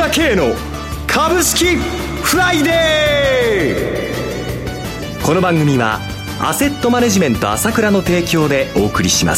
倉慶の株式フライデー。この番組はアセットマネジメント朝倉の提供でお送りします。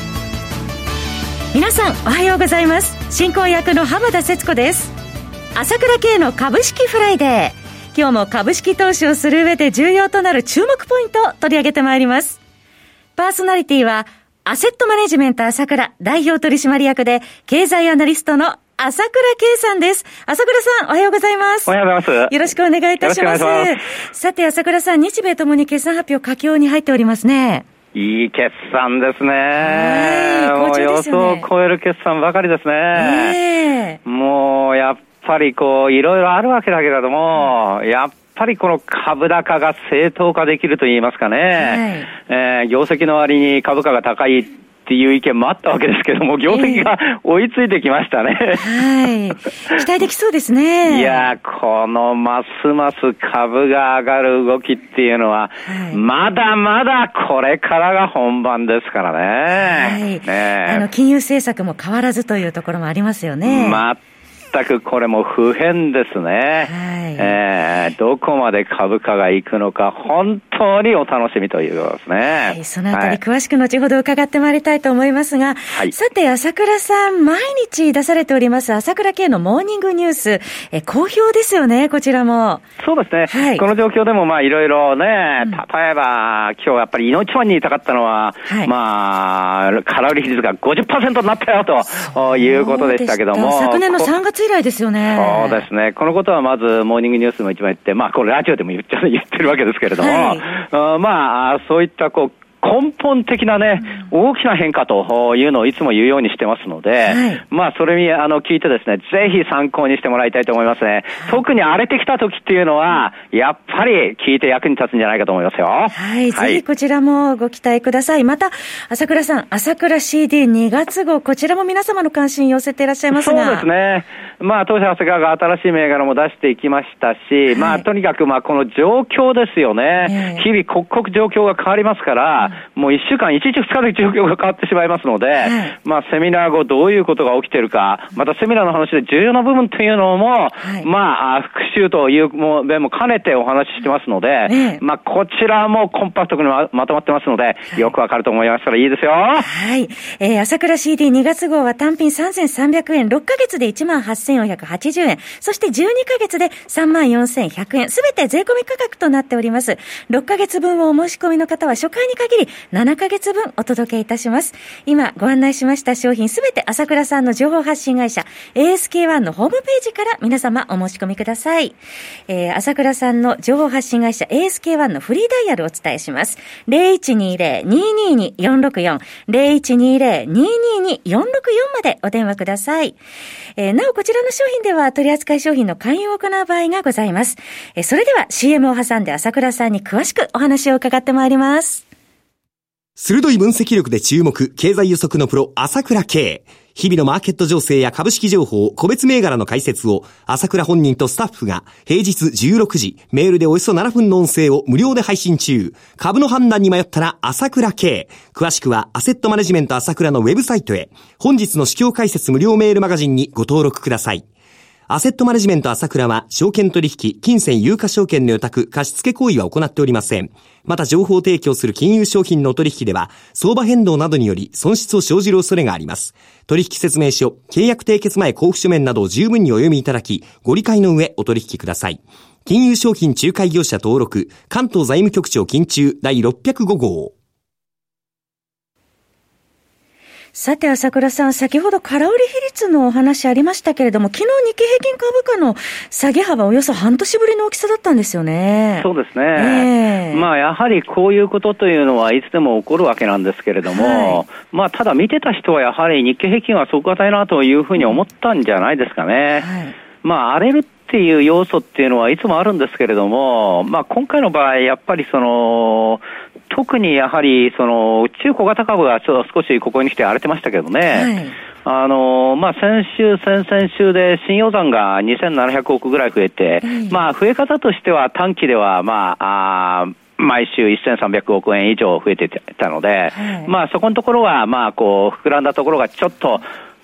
皆さんおはようございます。進行役の浜田節子です。朝倉慶の株式フライデー、今日も株式投資をする上で重要となる注目ポイントを取り上げてまいります。パーソナリティはアセットマネジメント朝倉代表取締役で経済アナリストの朝倉慶さんです。朝倉さん、おはようございます。 おはようございます。 よろしくお願いいたします。さて、朝倉さん、日米ともに決算発表佳境に入っておりますね。 いい決算ですね。 はい、好調ですよね。 予想を超える決算ばかりですね。もう、やっぱりこう、いろいろあるわけだけれども、やっぱりこの株高が正当化できると言いますかね。業績の割に株価が高いっていう意見もあったわけですけども、業績が追いついてきましたね。 はい。期待できそうですね。 いや、このますます株が上がる動きっていうのは、まだまだこれからが本番ですからね。 はい。金融政策も変わらずというところもありますよね。 全くこれも不変ですね。はい。どこまで株価が行くのか本当にお楽しみということですね。 はい、そのあたり詳しく後ほど伺ってまいりたいと思いますが、はい、さて朝倉さん、毎日出されております朝倉慶のモーニングニュース、好評ですよね、こちらも。 そうですね。はい、この状況でもまあいろいろね、例えば今日やっぱり一番に言いたかったのは、はい、まあ空売り比率が 50% になったよということでしたけども、 昨年の3月以来ですよね。 そうですね。このことはまずモーニングニュースも一番言って、まあこれラジオでも言ってるわけですけれども、はい、まあそういったこう根本的なね、大きな変化というのをいつも言うようにしてますので、はい、まあそれに聞いてですね、ぜひ参考にしてもらいたいと思いますね。はい、特に荒れてきた時っていうのは、やっぱり聞いて役に立つんじゃないかと思いますよ。 はい、ぜひこちらもご期待ください。また、朝倉さん、朝倉 CD2 月号、こちらも皆様の関心寄せていらっしゃいますが。 そうですね。まあ当社朝倉が新しい銘柄も出していきましたし、はい、まあとにかくまあこの状況ですよね。日々刻々状況が変わりますから、もう1週間、1日2日で状況が変わってしまいますので、はい、まあセミナー後どういうことが起きているか、またセミナーの話で重要な部分というのも、はい、まあ復習という面も兼ねてお話ししてますので、まあこちらもコンパクトに まとまってますので、よくわかると思いますからいいですよ。 はい。朝倉 CD2 月号は単品3300円、6ヶ月で18,480円、そして12ヶ月で34,100円、すべて税込み価格となっております。6ヶ月分をお申し込みの方は初回に限り7ヶ月分お届けいたします。今ご案内しました商品すべて朝倉さんの情報発信会社 ASK1 のホームページから皆様お申し込みください。朝倉さんの情報発信会社 ASK1 のフリーダイヤルをお伝えします。0120-222-464 0120-222-464までお電話ください。なおこちらの商品では取扱い商品の勧誘を行う場合がございます。それでは CM を挟んで朝倉さんに詳しくお話を伺ってまいります。 鋭い分析力で注目、経済予測のプロ、朝倉慶。日々のマーケット情勢や株式情報、個別銘柄の解説を、朝倉本人とスタッフが、平日16時、メールでおよそ7分の音声を無料で配信中。株の判断に迷ったら、朝倉慶。詳しくは、アセットマネジメント朝倉のウェブサイトへ。本日の市況解説無料メールマガジンにご登録ください。アセットマネジメント朝倉は、証券取引、金銭有価証券の予託、貸付行為は行っておりません。また情報提供する金融商品の取引では、相場変動などにより損失を生じる恐れがあります。取引説明書、契約締結前交付書面などを十分にお読みいただき、ご理解の上お取引ください。金融商品仲介業者登録、関東財務局長金中第605号。 さて朝倉さん、先ほど空売り比率のお話ありましたけれども、昨日日経平均株価の下げ幅およそ半年ぶりの大きさだったんですよね。 そうですね。まあやはりこういうことというのはいつでも起こるわけなんですけれども、はい、まあただ見てた人はやはり日経平均は底堅いなというふうに思ったんじゃないですかね。はい、まあ荒れるっていう要素っていうのはいつもあるんですけれども、まあ今回の場合やっぱり特にやはり中小型株が少しここに来て荒れてましたけどね、はい、まあ先々週で信用残が2700億ぐらい増えて、まあ増え方としては短期ではまあ毎週1300億円以上増えてたので、はい、まあそこのところはまあこう膨らんだところがちょっと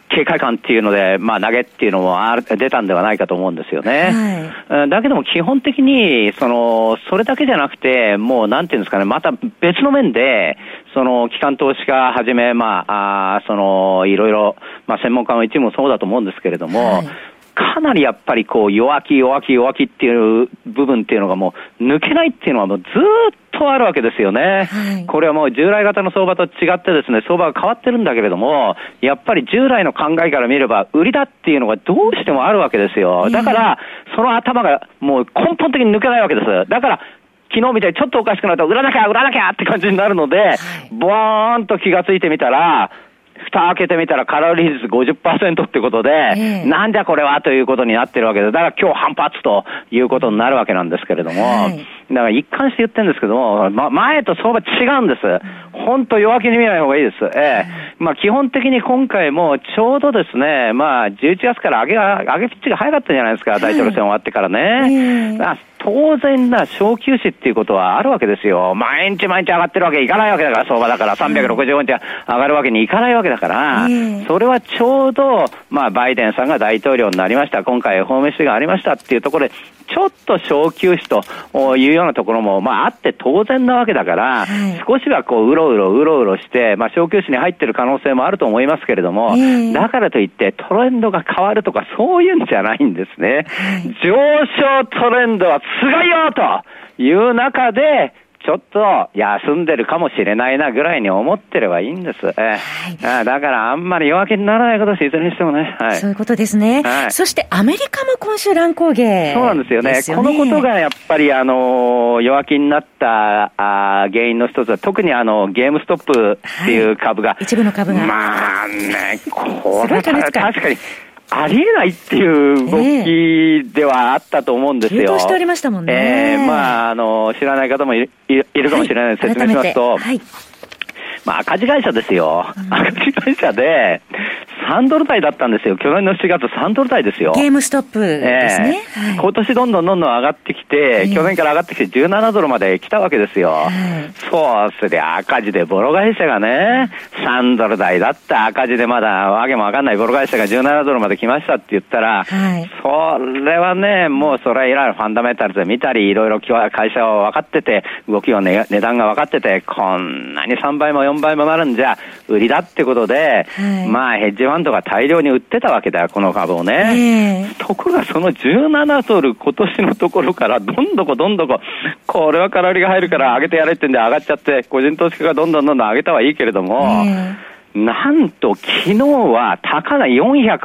警戒感っていうので、投げっていうのも出たんではないかと思うんですよね。はい、だけども基本的に、それだけじゃなくて、もうなんていうんですかね、また別の面で、機関投資家はじめ、いろいろ、専門家の一部もそうだと思うんですけれども、はい、かなりやっぱり弱気っていう部分っていうのがもう抜けないっていうのはもうずっとあるわけですよね。はい、これはもう従来型の相場と違ってですね、相場が変わってるんだけれども、やっぱり従来の考えから見れば売りだっていうのがどうしてもあるわけですよ。だから、その頭がもう根本的に抜けないわけです。だから、昨日みたいにちょっとおかしくなると売らなきゃって感じになるので、ボーンと気がついてみたら、蓋開けてみたらカロリー率 50% ってことで、なんじゃこれはということになってるわけです。だから今日反発ということになるわけなんですけれども、だから一貫して言ってるんですけども、前と相場違うんです。本当弱気に見ない方がいいです。基本的に今回もちょうどですね、11月から上げピッチが早かったじゃないですか、大統領選終わってからね。当然な小休止っていうことはあるわけですよ。毎日上がってるわけいかないわけだから、相場だから365日上がるわけにいかないわけだから、それはちょうど、バイデンさんが大統領になりました、今回 FOMC がありましたっていうところで、ちょっと小休止というようなところも、あって当然なわけだから、少しはうろうろして、小休止に入ってる可能性もあると思いますけれども、だからといってトレンドが変わるとかそういうんじゃないんですね。上昇トレンドはすごいよという中で、ちょっと休んでるかもしれないなぐらいに思ってればいいんです。だからあんまり弱気にならないことです、いずれにしてもね。 そういうことですね。そしてアメリカも今週乱高下。 そうなんですよね。このことがやっぱり弱気になった原因の一つは、特にゲームストップっていう株が。 一部の株が。 これ確かに。ありえないっていう動きではあったと思うんですよ。 急騰しておりましたもんね。 知らない方もいるかもしれないので説明しますと、赤字会社ですよ。赤字会社で3ドル台だったんですよ。去年の7月3ドル台ですよ。 ゲームストップですね。 今年どんどん上がってきて、去年から上がってきて17ドルまで来たわけですよ。そうすりゃ赤字でボロ会社がね、3ドル台だった赤字でまだわけもわかんないボロ会社が17ドルまで来ましたって言ったら、それはね、もうそれはいろいろファンダメンタルズで見たり、いろいろ会社は分かってて、動きは値段が分かってて、こんなに3倍も4倍もなるんじゃ売りだってことで、ヘッジファンドが大量に売ってたわけだよ、この株をね。ところがその17ドル今年のところからどんどこ、これは空売りが入るから上げてやれってんで上がっちゃって、個人投資家がどんどん上げたはいいけれども、なんと昨日は高値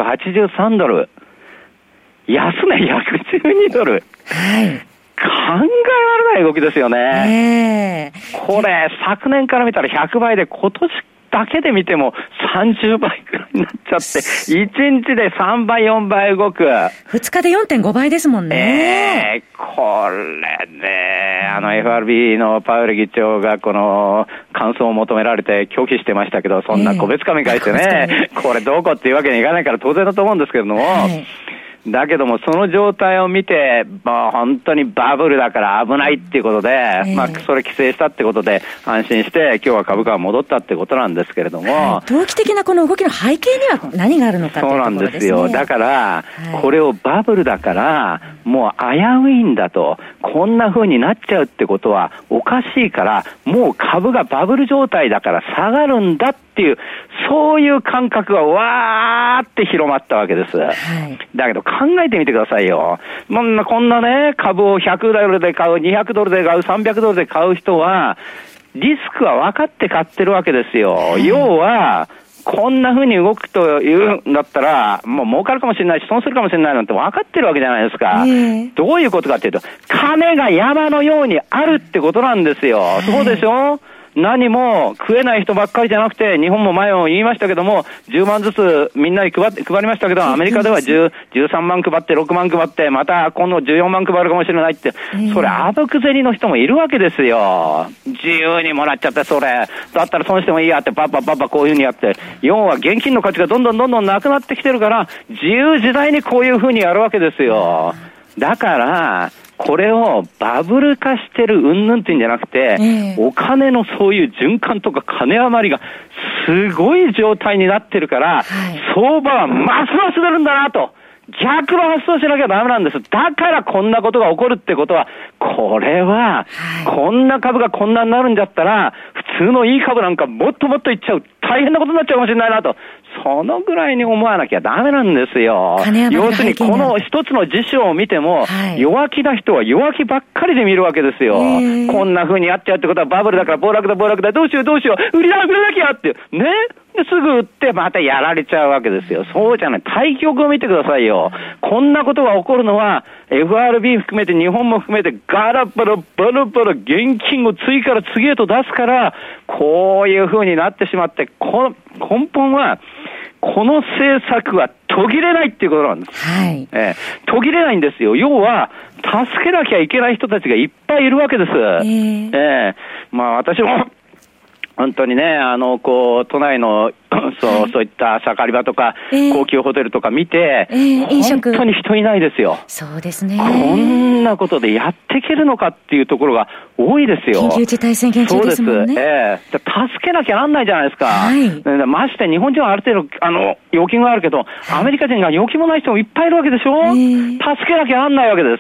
483ドル、安値112ドル。考えられない動きですよね。これ、昨年から見たら100倍で、今年だけで見ても30倍くらいになっちゃって、1日で3倍、4倍動く。 2日で 4.5 倍ですもんね。 これね、FRB のパウエル議長がこの感想を求められて拒否してましたけど、そんな個別紙書いてね、これどこっていうわけにいかないから当然だと思うんですけれども、だけどもその状態を見て、本当にバブルだから危ないっていうことで、それ規制したってことで安心して今日は株価が戻ったってことなんですけれども、 投機的なこの動きの背景には何があるのかというところですね。 そうなんですよ。だから、これをバブルだからもう危ういんだと、こんな風になっちゃうってことはおかしいから、もう株がバブル状態だから下がるんだっていう、そういう感覚がわーって広まったわけです。だけど考えてみてくださいよ。こんなね、株を100ドルで買う、200ドルで買う、300ドルで買う人は、リスクは分かって買ってるわけですよ。要は、こんな風に動くというんだったら、もう儲かるかもしれないし、損するかもしれないなんて分かってるわけじゃないですか。どういうことかっていうと、金が山のようにあるってことなんですよ。そうでしょ？何も食えない人ばっかりじゃなくて、日本も前も言いましたけども、10万ずつみんなに配りましたけど、アメリカでは13万配って、6万配って、また今度14万配るかもしれないって、それあぶく銭の人もいるわけですよ。自由にもらっちゃって、それだったら損してもいいやって、パッこういう風にやって、要は現金の価値がどんどんなくなってきてるから、自由自在にこういう風にやるわけですよ。だからこれをバブル化してる云々っていうんじゃなくて、お金のそういう循環とか金余りがすごい状態になってるから、相場はますます出るんだなと。逆の発想しなきゃダメなんです。だからこんなことが起こるってことは、これは、こんな株がこんなになるんだったら、普通のいい株なんかもっともっといっちゃう。大変なことになっちゃうかもしれないなと。そのぐらいに思わなきゃダメなんですよ。要するにこの一つの事象を見ても、弱気な人は弱気ばっかりで見るわけですよ。こんな風にやっちゃうってことはバブルだから暴落だ暴落だ、どうしようどうしよう、売りなきゃって、ね。ですぐ売ってまたやられちゃうわけですよ。そうじゃない。対局を見てくださいよ。こんなことが起こるのは FRB 含めて日本も含めてガラバラバラバラ現金を次から次へと出すから、こういう風になってしまって、根本はこの政策は途切れないっていうことなんです。途切れないんですよ。要は助けなきゃいけない人たちがいっぱいいるわけです。まあ私も本当にね、都内のそういった盛り場とか、高級ホテルとか見て、本当に人いないですよ。 そうですね。 こんなことでやっていけるのかっていうところが多いですよ。 緊急事態宣言中ですもんね。 そうです。助けなきゃなんないじゃないですか。まして日本人はある程度、預金があるけど、アメリカ人が預金もない人もいっぱいいるわけでしょ。助けなきゃなんないわけです。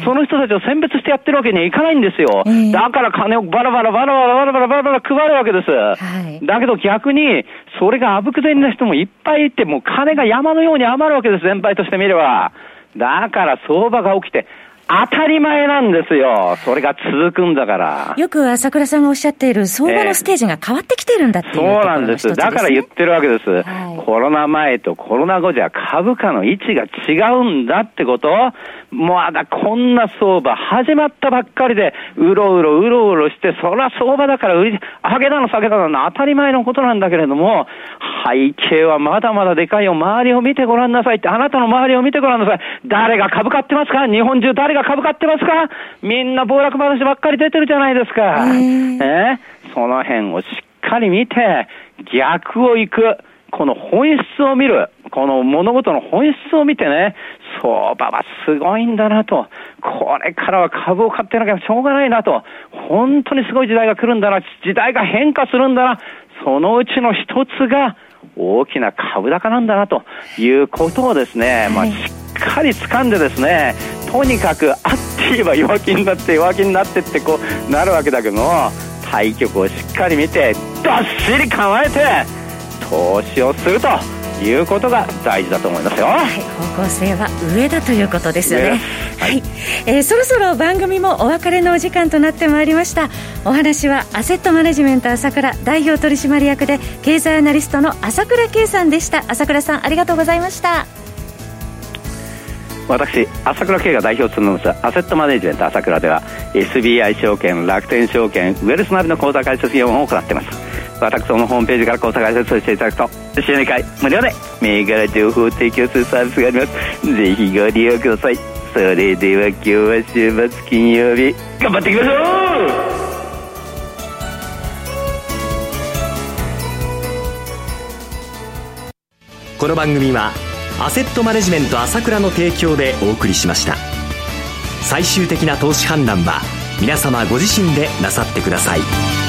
その人たちを選別してやってるわけにはいかないんですよ。だから金をバラバラバラバラバラバラバラバラ配るわけです。だけど逆に、それがあぶく銭な人もいっぱいいて、もう金が山のように余るわけです、全体として見れば。だから相場が起きて、当たり前なんですよ。それが続くんだから。 よく朝倉さんがおっしゃっている相場のステージが変わってきてるんだっていうところの一つですね。そうなんです。 だから言ってるわけです。コロナ前とコロナ後じゃ株価の位置が違うんだってこと。まだこんな相場始まったばっかりでうろうろして、そら相場だから上げだの下げだの当たり前のことなんだけれども、背景はまだまだでかいよ。周りを見てごらんなさいって、あなたの周りを見てごらんなさい。誰が株買ってますか？日本中誰が株買ってますか？みんな暴落話ばっかり出てるじゃないですか。その辺をしっかり見て逆を行く。この本質を見る。この物事の本質を見てね、相場はすごいんだなと。これからは株を買ってなきゃしょうがないなと。本当にすごい時代が来るんだな。時代が変化するんだな。そのうちの一つが大きな株高なんだなということをですね、しっかり掴んでですね、とにかくあって言えば弱気になって弱気になってってこうなるわけだけども、対局をしっかり見てどっしり構えて投資をするということが大事だと思いますよ。 方向性は上だということですよね。そろそろ番組もお別れのお時間となってまいりました。お話はアセットマネジメント朝倉代表取締役で経済アナリストの朝倉圭さんでした。朝倉さん、ありがとうございました。 私、朝倉圭が代表を務めますアセットマネジメント朝倉では SBI 証券、楽天証券、ウェルスナビの口座開設業務を行っています。私のホームページから口座開設をしていただくと週2回無料で銘柄情報を提供するサービスがあります。ぜひご利用ください。それでは今日は週末金曜日頑張っていきましょう。 この番組はアセットマネジメント朝倉の提供でお送りしました。最終的な投資判断は皆様ご自身でなさってください。